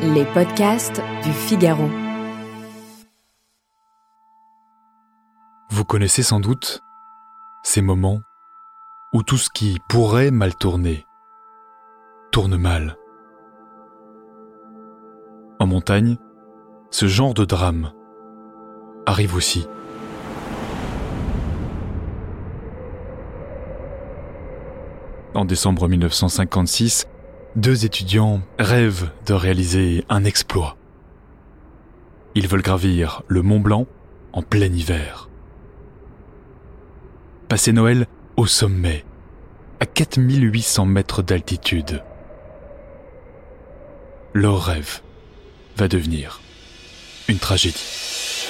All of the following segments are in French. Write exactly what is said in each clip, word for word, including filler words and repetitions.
Les podcasts du Figaro. Vous connaissez sans doute ces moments où tout ce qui pourrait mal tourner tourne mal. En montagne, ce genre de drame arrive aussi. En décembre mille neuf cent cinquante-six, deux étudiants rêvent de réaliser un exploit. Ils veulent gravir le Mont Blanc en plein hiver. Passer Noël au sommet, à quatre mille huit cents mètres d'altitude. Leur rêve va devenir une tragédie.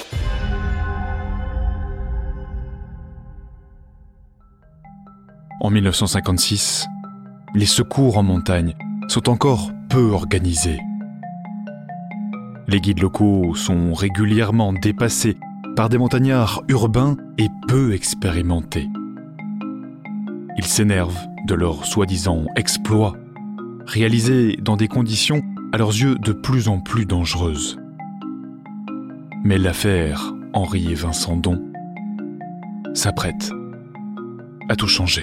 En mille neuf cent cinquante-six, les secours en montagne sont encore peu organisés. Les guides locaux sont régulièrement dépassés par des montagnards urbains et peu expérimentés. Ils s'énervent de leur soi-disant exploit, réalisés dans des conditions à leurs yeux de plus en plus dangereuses. Mais l'affaire Henri et Vincent Don s'apprête à tout changer.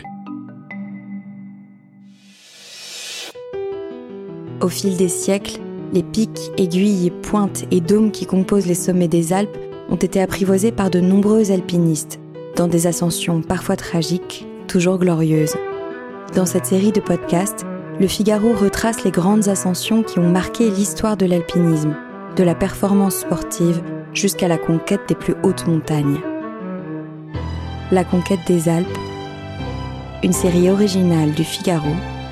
Au fil des siècles, les pics, aiguilles, pointes et dômes qui composent les sommets des Alpes ont été apprivoisés par de nombreux alpinistes, dans des ascensions parfois tragiques, toujours glorieuses. Dans cette série de podcasts, Le Figaro retrace les grandes ascensions qui ont marqué l'histoire de l'alpinisme, de la performance sportive jusqu'à la conquête des plus hautes montagnes. La conquête des Alpes, une série originale du Figaro.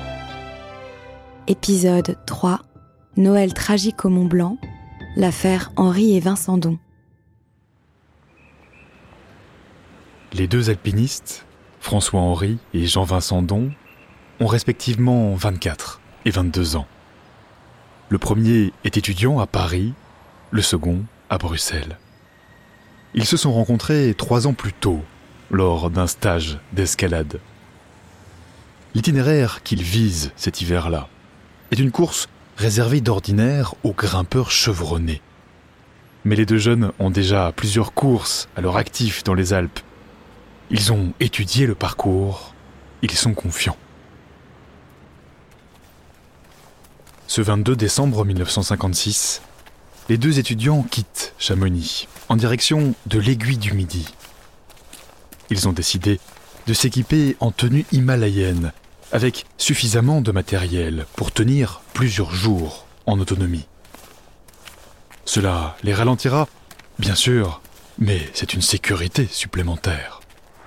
Épisode trois, Noël tragique au Mont Blanc, l'affaire Henri et Vincent Don. Les deux alpinistes, François Henri et Jean-Vincent Don, ont respectivement vingt-quatre et vingt-deux ans. Le premier est étudiant à Paris, le second à Bruxelles. Ils se sont rencontrés trois ans plus tôt, lors d'un stage d'escalade. L'itinéraire qu'ils visent cet hiver-là est une course réservée d'ordinaire aux grimpeurs chevronnés. Mais les deux jeunes ont déjà plusieurs courses à leur actif dans les Alpes. Ils ont étudié le parcours, ils sont confiants. Ce vingt-deux décembre mille neuf cent cinquante-six, les deux étudiants quittent Chamonix en direction de l'Aiguille du Midi. Ils ont décidé de s'équiper en tenue himalayenne avec suffisamment de matériel pour tenir plusieurs jours en autonomie. Cela les ralentira, bien sûr, mais c'est une sécurité supplémentaire.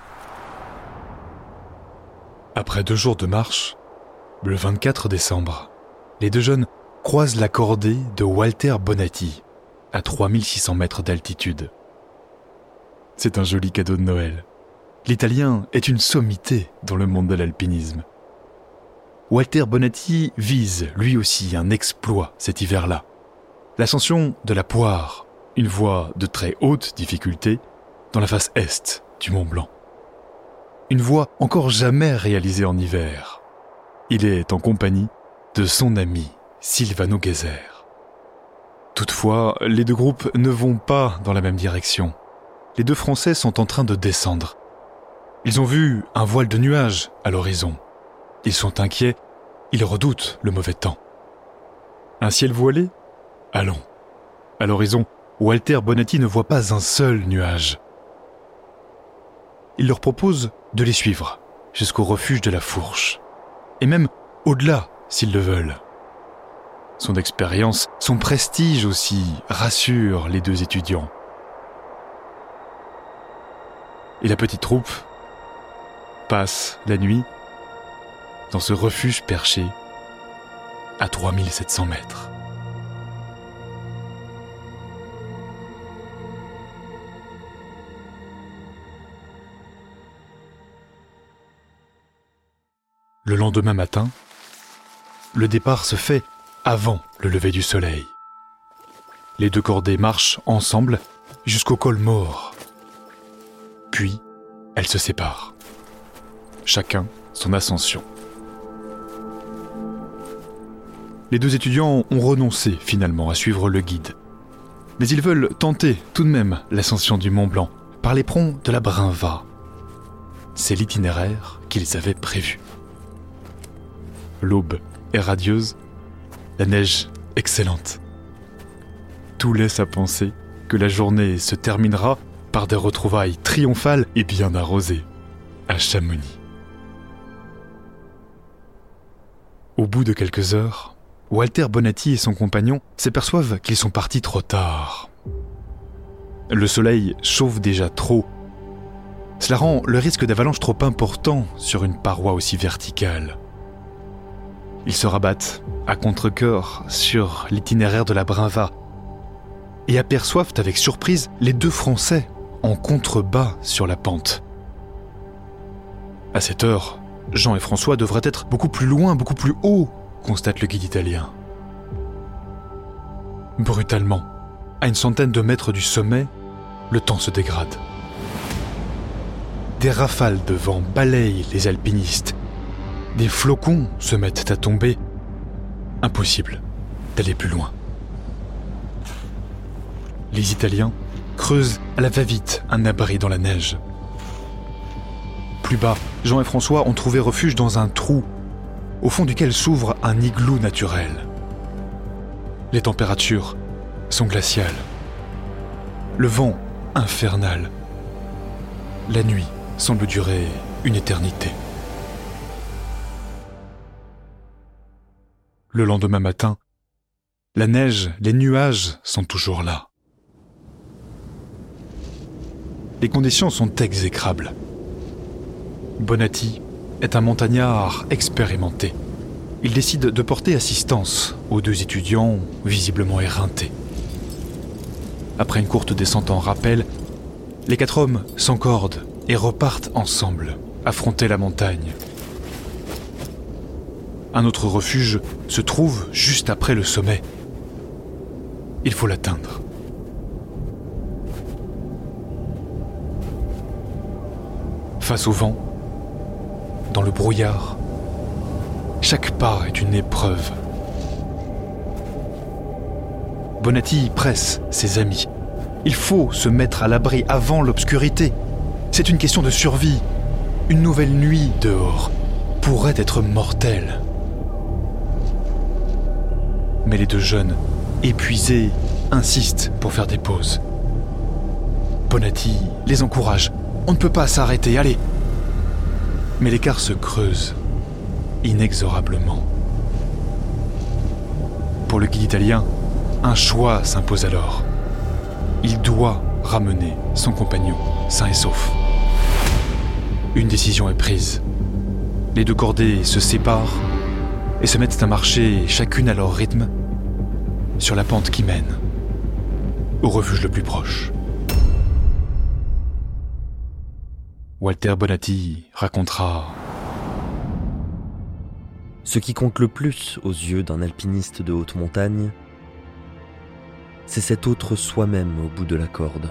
Après deux jours de marche, le vingt-quatre décembre, les deux jeunes croisent la cordée de Walter Bonatti, à trois mille six cents mètres d'altitude. C'est un joli cadeau de Noël. L'Italien est une sommité dans le monde de l'alpinisme. Walter Bonatti vise lui aussi un exploit cet hiver-là. L'ascension de la Poire, une voie de très haute difficulté dans la face est du Mont Blanc. Une voie encore jamais réalisée en hiver. Il est en compagnie de son ami Silvano Gezer. Toutefois, les deux groupes ne vont pas dans la même direction. Les deux Français sont en train de descendre. Ils ont vu un voile de nuages à l'horizon. Ils sont inquiets, ils redoutent le mauvais temps. Un ciel voilé ? Allons. À l'horizon, Walter Bonatti ne voit pas un seul nuage. Il leur propose de les suivre jusqu'au refuge de la Fourche, et même au-delà s'ils le veulent. Son expérience, son prestige aussi, rassure les deux étudiants. Et la petite troupe passe la nuit dans ce refuge perché à trois mille sept cents mètres. Le lendemain matin, le départ se fait avant le lever du soleil. Les deux cordées marchent ensemble jusqu'au col Mort. Puis, elles se séparent. Chacun son ascension. les deux étudiants ont renoncé finalement à suivre le guide. Mais ils veulent tenter tout de même l'ascension du Mont Blanc par l'éperon de la Brinva. C'est l'itinéraire qu'ils avaient prévu. L'aube est radieuse, la neige excellente. Tout laisse à penser que la journée se terminera par des retrouvailles triomphales et bien arrosées à Chamonix. Au bout de quelques heures, Walter Bonatti et son compagnon s'aperçoivent qu'ils sont partis trop tard. Le soleil chauffe déjà trop. Cela rend le risque d'avalanche trop important sur une paroi aussi verticale. Ils se rabattent à contre-cœur sur l'itinéraire de la Brinva et aperçoivent avec surprise les deux Français en contrebas sur la pente. À cette heure, Jean et François devraient être beaucoup plus loin, beaucoup plus haut, constate le guide italien. Brutalement, à une centaine de mètres du sommet, le temps se dégrade. Des rafales de vent balayent les alpinistes. Des flocons se mettent à tomber. Impossible d'aller plus loin. Les Italiens creusent à la va-vite un abri dans la neige. Plus bas, Jean et François ont trouvé refuge dans un trou, au fond duquel s'ouvre un igloo naturel. Les températures sont glaciales. Le vent infernal. La nuit semble durer une éternité. Le lendemain matin, la neige, les nuages sont toujours là. Les conditions sont exécrables. Bonatti est un montagnard expérimenté. Il décide de porter assistance aux deux étudiants visiblement éreintés. Après une courte descente en rappel, les quatre hommes s'encordent et repartent ensemble affronter la montagne. Un autre refuge se trouve juste après le sommet. Il faut l'atteindre. Face au vent, dans le brouillard, chaque pas est une épreuve. Bonatti presse ses amis. Il faut se mettre à l'abri avant l'obscurité. C'est une question de survie. Une nouvelle nuit dehors pourrait être mortelle. Mais les deux jeunes, épuisés, insistent pour faire des pauses. Bonatti les encourage. On ne peut pas s'arrêter, allez. Mais l'écart se creuse, inexorablement. Pour le guide italien, un choix s'impose alors. Il doit ramener son compagnon sain et sauf. Une décision est prise. Les deux cordées se séparent et se mettent à marcher chacune à leur rythme sur la pente qui mène au refuge le plus proche. Walter Bonatti racontera: Ce qui compte le plus aux yeux d'un alpiniste de haute montagne, c'est cet autre soi-même au bout de la corde.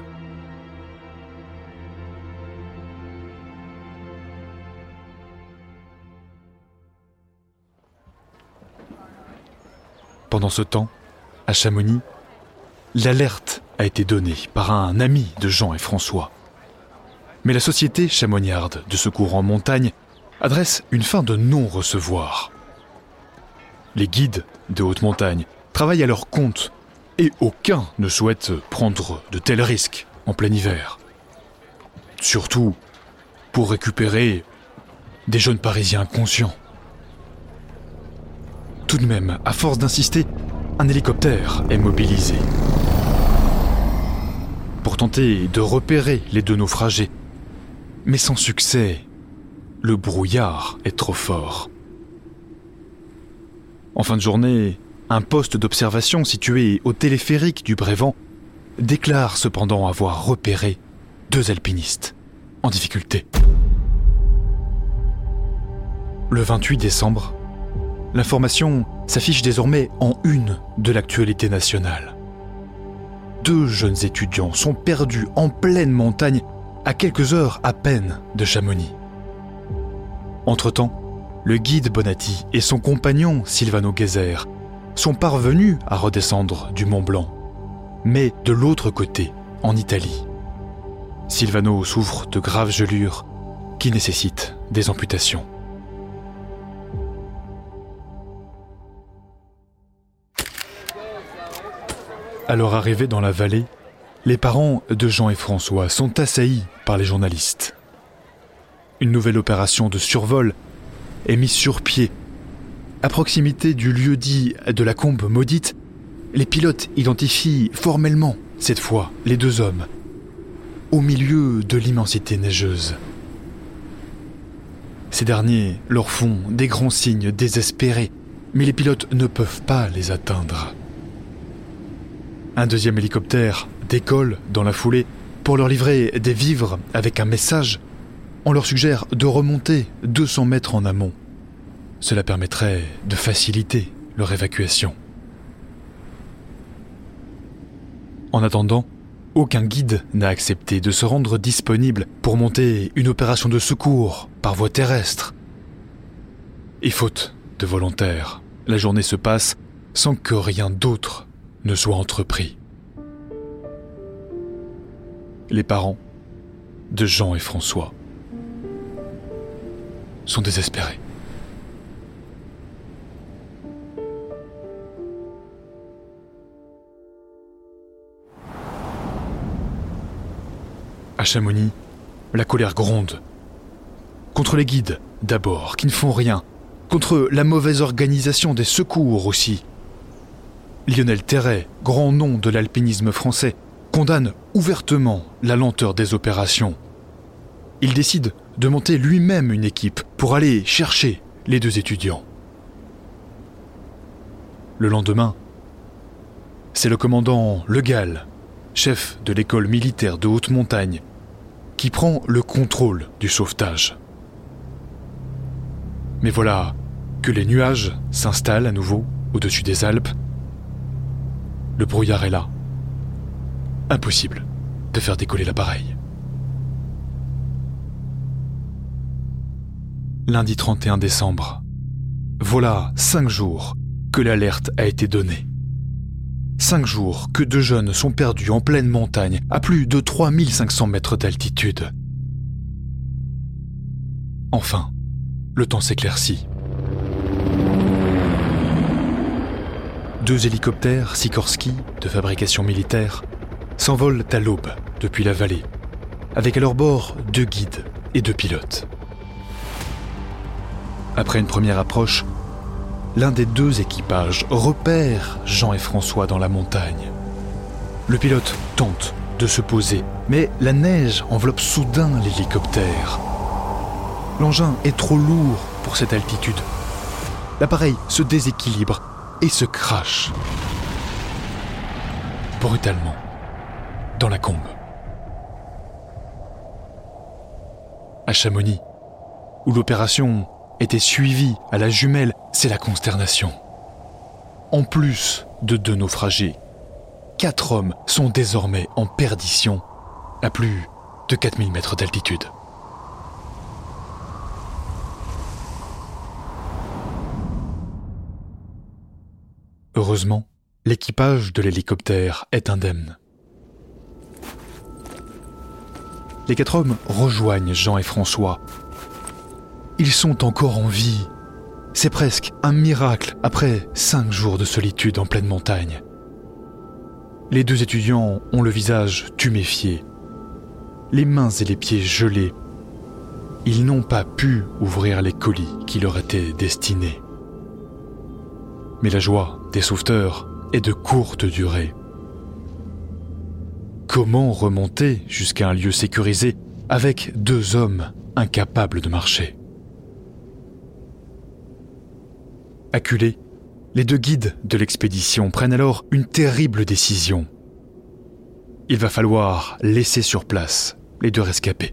Pendant ce temps, à Chamonix, l'alerte a été donnée par un ami de Jean et François. Mais la société chamoniarde de secours en montagne adresse une fin de non-recevoir. Les guides de haute montagne travaillent à leur compte et aucun ne souhaite prendre de tels risques en plein hiver. Surtout pour récupérer des jeunes Parisiens conscients. Tout de même, à force d'insister, un hélicoptère est mobilisé pour tenter de repérer les deux naufragés. Mais sans succès, le brouillard est trop fort. En fin de journée, un poste d'observation situé au téléphérique du Brévent déclare cependant avoir repéré deux alpinistes en difficulté. Le vingt-huit décembre, l'information s'affiche désormais en une de l'actualité nationale. Deux jeunes étudiants sont perdus en pleine montagne à quelques heures à peine de Chamonix. Entre-temps, le guide Bonatti et son compagnon Silvano Geyser sont parvenus à redescendre du Mont Blanc, mais de l'autre côté, en Italie. Silvano souffre de graves gelures qui nécessitent des amputations. À leur arrivée dans la vallée, les parents de Jean et François sont assaillis par les journalistes. Une nouvelle opération de survol est mise sur pied. À proximité du lieu-dit de la Combe maudite, les pilotes identifient formellement, cette fois, les deux hommes, au milieu de l'immensité neigeuse. Ces derniers leur font des grands signes désespérés, mais les pilotes ne peuvent pas les atteindre. Un deuxième hélicoptère décolle dans la foulée pour leur livrer des vivres avec un message. On leur suggère de remonter deux cents mètres en amont. Cela permettrait de faciliter leur évacuation. En attendant, aucun guide n'a accepté de se rendre disponible pour monter une opération de secours par voie terrestre. Et faute de volontaires, la journée se passe sans que rien d'autre ne soit entrepris. Les parents de Jean et François sont désespérés. À Chamonix, la colère gronde. Contre les guides, d'abord, qui ne font rien. Contre la mauvaise organisation des secours aussi. Lionel Terray, grand nom de l'alpinisme français, condamne ouvertement la lenteur des opérations. Il décide de monter lui-même une équipe pour aller chercher les deux étudiants. Le lendemain, c'est le commandant Le Gall, chef de l'école militaire de haute montagne, qui prend le contrôle du sauvetage. Mais voilà que les nuages s'installent à nouveau au-dessus des Alpes. Le brouillard est là. Impossible de faire décoller l'appareil. Lundi trente et un décembre. Voilà cinq jours que l'alerte a été donnée. Cinq jours que deux jeunes sont perdus en pleine montagne, à plus de trois mille cinq cents mètres d'altitude. Enfin, le temps s'éclaircit. Deux hélicoptères Sikorsky, de fabrication militaire, s'envolent à l'aube depuis la vallée, avec à leur bord deux guides et deux pilotes. Après une première approche, l'un des deux équipages repère Jean et François dans la montagne. Le pilote tente de se poser, mais la neige enveloppe soudain l'hélicoptère. L'engin est trop lourd pour cette altitude. L'appareil se déséquilibre et se crache brutalement dans la Combe. À Chamonix, où l'opération était suivie à la jumelle, c'est la consternation. En plus de deux naufragés, quatre hommes sont désormais en perdition à plus de quatre mille mètres d'altitude. Heureusement, l'équipage de l'hélicoptère est indemne. Les quatre hommes rejoignent Jean et François. Ils sont encore en vie. C'est presque un miracle après cinq jours de solitude en pleine montagne. Les deux étudiants ont le visage tuméfié, les mains et les pieds gelés. Ils n'ont pas pu ouvrir les colis qui leur étaient destinés. Mais la joie des sauveteurs est de courte durée. Comment remonter jusqu'à un lieu sécurisé avec deux hommes incapables de marcher ? Acculés, les deux guides de l'expédition prennent alors une terrible décision. Il va falloir laisser sur place les deux rescapés.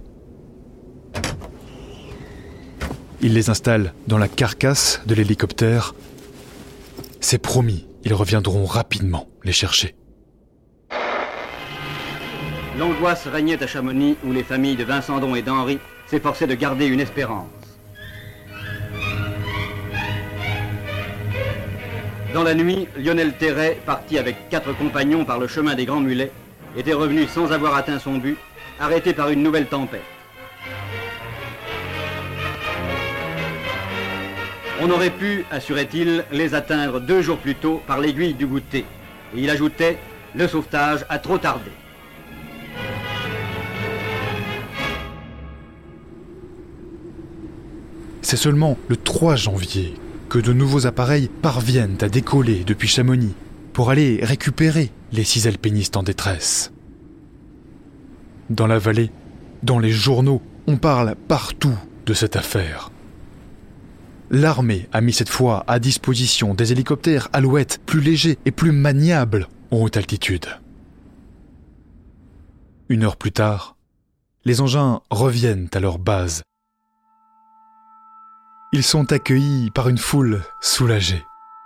Ils les installent dans la carcasse de l'hélicoptère. C'est promis, ils reviendront rapidement les chercher. L'angoisse régnait à Chamonix, où les familles de Vincendon et d'Henri s'efforçaient de garder une espérance. Dans la nuit, Lionel Terray, parti avec quatre compagnons par le chemin des Grands Mulets, était revenu sans avoir atteint son but, arrêté par une nouvelle tempête. On aurait pu, assurait-il, les atteindre deux jours plus tôt par l'aiguille du goûter. Et il ajoutait, le sauvetage a trop tardé. C'est seulement le trois janvier que de nouveaux appareils parviennent à décoller depuis Chamonix pour aller récupérer les six alpinistes en détresse. Dans la vallée, dans les journaux, on parle partout de cette affaire. L'armée a mis cette fois à disposition des hélicoptères Alouette plus légers et plus maniables en haute altitude. Une heure plus tard, les engins reviennent à leur base. Ils sont accueillis par une foule soulagée.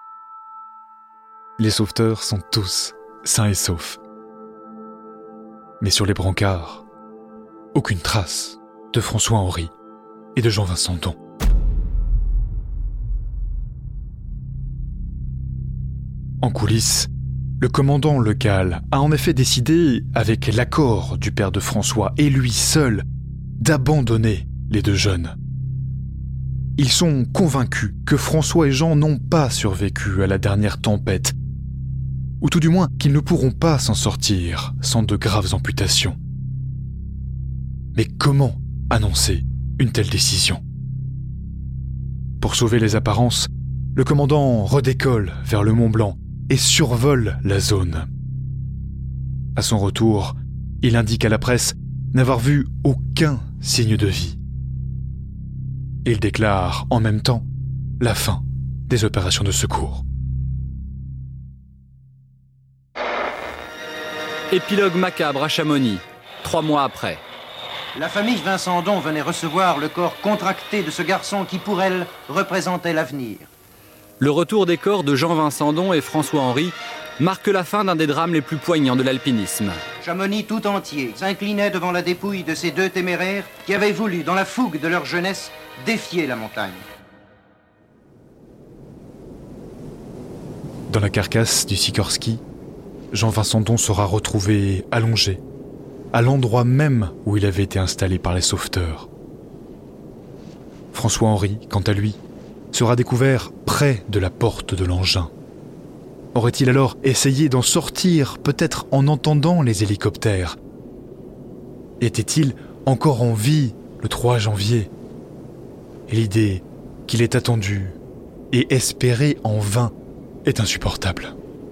Les sauveteurs sont tous sains et saufs. Mais sur les brancards, aucune trace de François-Henri et de Jean-Vincent Don. En coulisses, le commandant local a en effet décidé, avec l'accord du père de François et lui seul, d'abandonner les deux jeunes. Ils sont convaincus que François et Jean n'ont pas survécu à la dernière tempête, ou tout du moins qu'ils ne pourront pas s'en sortir sans de graves amputations. Mais comment annoncer une telle décision ? Pour sauver les apparences, le commandant redécolle vers le Mont Blanc et survole la zone. À son retour, il indique à la presse n'avoir vu aucun signe de vie. Il déclare en même temps la fin des opérations de secours. Épilogue macabre à Chamonix, trois mois après. La famille Vincent Don venait recevoir le corps contracté de ce garçon qui, pour elle, représentait l'avenir. Le retour des corps de Jean-Vincent Don et François-Henri marque la fin d'un des drames les plus poignants de l'alpinisme. Chamonix tout entier s'inclinait devant la dépouille de ces deux téméraires qui avaient voulu, dans la fougue de leur jeunesse, défier la montagne. Dans la carcasse du Sikorsky, Jean-Vincent Don sera retrouvé allongé, à l'endroit même où il avait été installé par les sauveteurs. François-Henri, quant à lui, sera découvert près de la porte de l'engin. Aurait-il alors essayé d'en sortir, peut-être en entendant les hélicoptères ? Était-il encore en vie le trois janvier ? Et l'idée qu'il est attendu et espéré en vain est insupportable.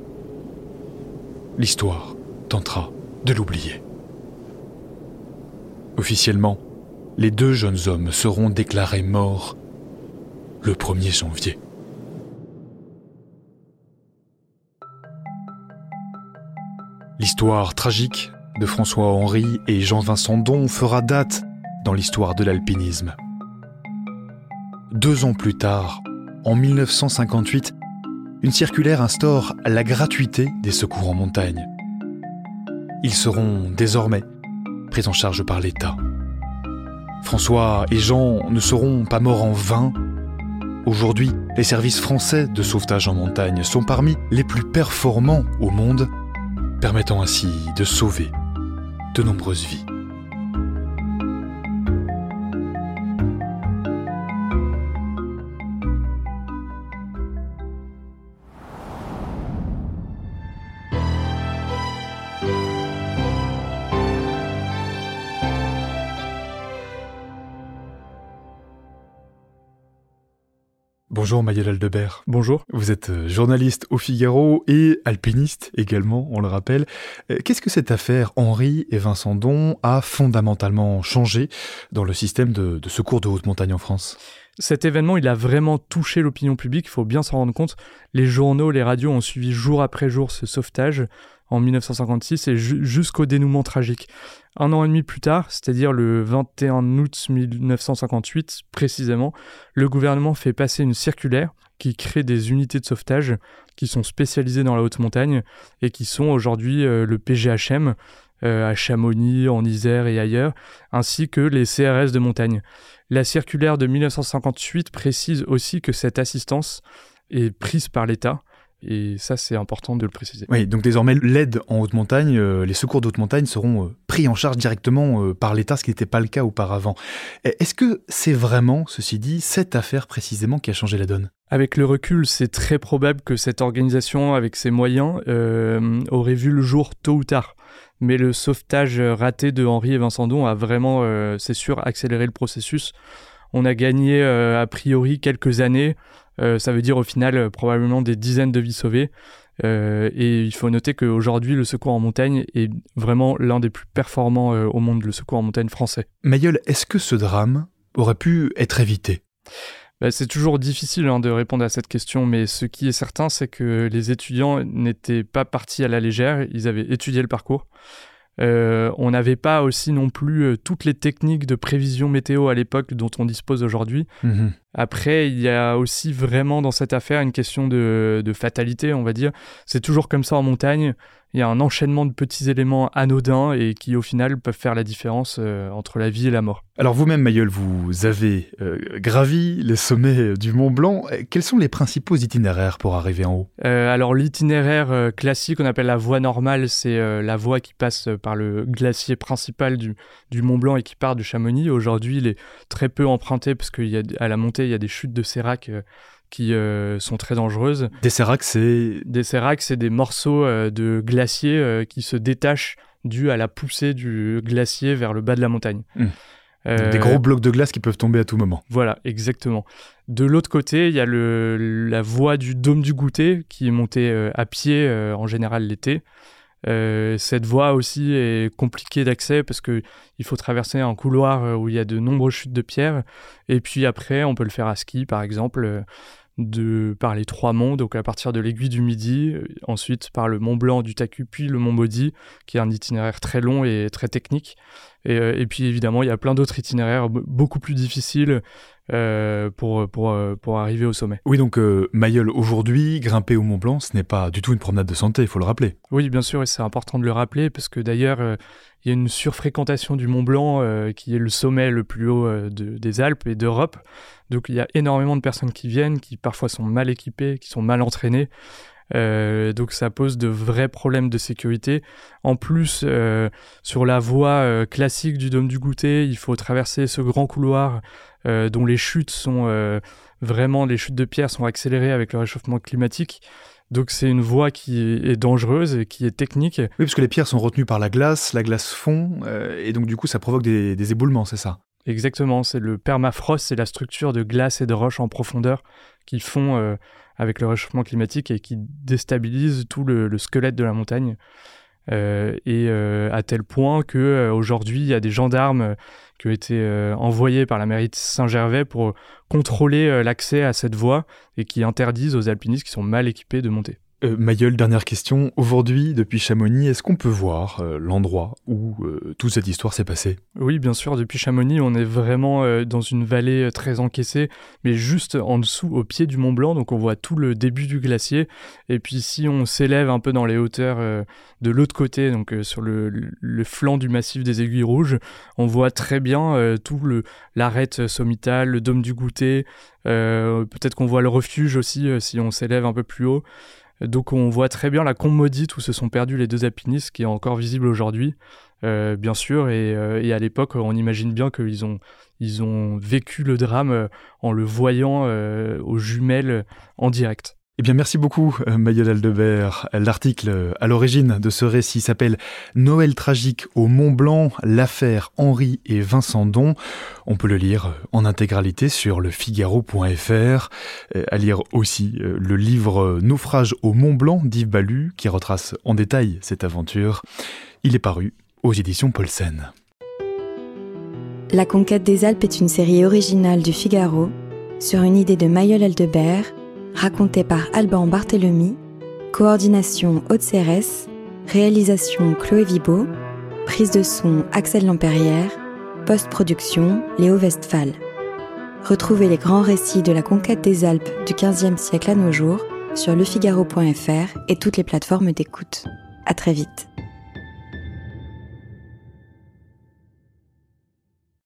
L'histoire tentera de l'oublier. Officiellement, les deux jeunes hommes seront déclarés morts le premier janvier. L'histoire tragique de François-Henri et Jean-Vincent Don fera date dans l'histoire de l'alpinisme. Deux ans plus tard, en mille neuf cent cinquante-huit, une circulaire instaure la gratuité des secours en montagne. Ils seront désormais pris en charge par l'État. François et Jean ne seront pas morts en vain. Aujourd'hui, les services français de sauvetage en montagne sont parmi les plus performants au monde, permettant ainsi de sauver de nombreuses vies. Bonjour Maëlle Aldebert. Bonjour. Vous êtes journaliste au Figaro et alpiniste également, on le rappelle. Qu'est-ce que cette affaire Henri et Vincent Don a fondamentalement changé dans le système de, de secours de haute montagne en France ? Cet événement, il a vraiment touché l'opinion publique, il faut bien s'en rendre compte. Les journaux, les radios ont suivi jour après jour ce sauvetage en mille neuf cent cinquante-six et ju- jusqu'au dénouement tragique. Un an et demi plus tard, c'est-à-dire le vingt et un août mille neuf cent cinquante-huit précisément, le gouvernement fait passer une circulaire qui crée des unités de sauvetage qui sont spécialisées dans la haute montagne et qui sont aujourd'hui euh, le P G H M euh, à Chamonix, en Isère et ailleurs, ainsi que les C R S de montagne. La circulaire de mille neuf cent cinquante-huit précise aussi que cette assistance est prise par l'État Et ça, c'est important de le préciser. Oui, donc désormais, l'aide en haute montagne, euh, les secours de haute montagne seront euh, pris en charge directement euh, par l'État, ce qui n'était pas le cas auparavant. Est-ce que c'est vraiment, ceci dit, cette affaire précisément qui a changé la donne ? Avec le recul, c'est très probable que cette organisation, avec ses moyens, euh, aurait vu le jour tôt ou tard. Mais le sauvetage raté de Henri et Vincent Don a vraiment, euh, c'est sûr, accéléré le processus. On a gagné, euh, a priori, quelques années. Euh, ça veut dire au final euh, probablement des dizaines de vies sauvées. Euh, et il faut noter qu'aujourd'hui, le secours en montagne est vraiment l'un des plus performants euh, au monde, le secours en montagne français. Mayol, est-ce que ce drame aurait pu être évité ? Bah, c'est toujours difficile hein, de répondre à cette question, mais ce qui est certain, c'est que les étudiants n'étaient pas partis à la légère, ils avaient étudié le parcours. Euh, on n'avait pas aussi non plus euh, toutes les techniques de prévision météo à l'époque dont on dispose aujourd'hui. Mmh. Après, il y a aussi vraiment dans cette affaire une question de, de fatalité, on va dire. C'est toujours comme ça en montagne. Il y a un enchaînement de petits éléments anodins et qui, au final, peuvent faire la différence euh, entre la vie et la mort. Alors vous-même, Mayol, vous avez euh, gravi les sommets du Mont Blanc. Quels sont les principaux itinéraires pour arriver en haut ? euh, Alors l'itinéraire euh, classique, on appelle la voie normale, c'est euh, la voie qui passe par le glacier principal du, du Mont Blanc et qui part de Chamonix. Aujourd'hui, il est très peu emprunté parce qu'à la montée, il y a des chutes de sérac euh, qui euh, sont très dangereuses. Des séracs, c'est... Des séracs, c'est des morceaux euh, de glacier euh, qui se détachent dû à la poussée du glacier vers le bas de la montagne. Mmh. Euh, des gros blocs de glace qui peuvent tomber à tout moment. Voilà, exactement. De l'autre côté, il y a le, la voie du Dôme du Goûter qui est montée euh, à pied, euh, en général l'été. Euh, cette voie aussi est compliquée d'accès parce qu'il faut traverser un couloir où il y a de nombreuses chutes de pierre. Et puis après, on peut le faire à ski, par exemple, de, par les trois monts, donc à partir de l'Aiguille du Midi, ensuite par le Mont Blanc du Tacu, puis le Mont Maudit, qui est un itinéraire très long et très technique. Et, et puis évidemment, il y a plein d'autres itinéraires beaucoup plus difficiles euh, pour, pour, pour arriver au sommet. Oui, donc euh, Mayol, aujourd'hui, grimper au Mont Blanc, ce n'est pas du tout une promenade de santé, il faut le rappeler. Oui, bien sûr, et c'est important de le rappeler, parce que d'ailleurs, euh, il y a une surfréquentation du Mont Blanc, euh, qui est le sommet le plus haut euh, de, des Alpes et d'Europe. Donc il y a énormément de personnes qui viennent, qui parfois sont mal équipées, qui sont mal entraînées. Euh, donc ça pose de vrais problèmes de sécurité. En plus, euh, sur la voie euh, classique du Dôme du Goûter, il faut traverser ce grand couloir euh, dont les chutes sont euh, vraiment, les chutes de pierre sont accélérées avec le réchauffement climatique. Donc c'est une voie qui est dangereuse et qui est technique. Oui, parce que les pierres sont retenues par la glace, la glace fond, euh, et donc du coup ça provoque des, des éboulements, c'est ça ? Exactement, c'est le permafrost, c'est la structure de glace et de roches en profondeur qui font euh, avec le réchauffement climatique et qui déstabilise tout le, le squelette de la montagne. Euh, et euh, à tel point qu'aujourd'hui, euh, il y a des gendarmes euh, qui ont été euh, envoyés par la mairie de Saint-Gervais pour contrôler euh, l'accès à cette voie et qui interdisent aux alpinistes qui sont mal équipés de monter. Euh, Mayol, dernière question. Aujourd'hui, depuis Chamonix, est-ce qu'on peut voir euh, l'endroit où euh, toute cette histoire s'est passée ? Oui, bien sûr. Depuis Chamonix, on est vraiment euh, dans une vallée euh, très encaissée, mais juste en dessous, au pied du Mont Blanc. Donc, on voit tout le début du glacier. Et puis, si on s'élève un peu dans les hauteurs euh, de l'autre côté, donc euh, sur le, le flanc du massif des Aiguilles Rouges, on voit très bien euh, tout le, l'arête sommitale, le Dôme du Goûter. Euh, peut-être qu'on voit le refuge aussi, euh, si on s'élève un peu plus haut. Donc on voit très bien la Combe Maudite où se sont perdus les deux alpinistes, qui est encore visible aujourd'hui, euh, bien sûr, et, euh, et à l'époque on imagine bien qu'ils ont, ils ont vécu le drame en le voyant euh, aux jumelles en direct. Eh bien, merci beaucoup, Mayol Aldebert. L'article à l'origine de ce récit s'appelle « Noël tragique au Mont Blanc, l'affaire Henri et Vincent Don ». On peut le lire en intégralité sur le figaro point f r. À lire aussi le livre « Naufrage au Mont Blanc » d'Yves Ballu, qui retrace en détail cette aventure. Il est paru aux éditions Paulsen. La conquête des Alpes est une série originale du Figaro sur une idée de Mayol Aldebert, raconté par Alban Barthélemy, coordination Aude-Cérès, réalisation Chloé Vibo, prise de son Axel Lampérière, post-production Léo Westphal. Retrouvez les grands récits de la conquête des Alpes du quinzième siècle à nos jours sur le figaro point f r et toutes les plateformes d'écoute. À très vite.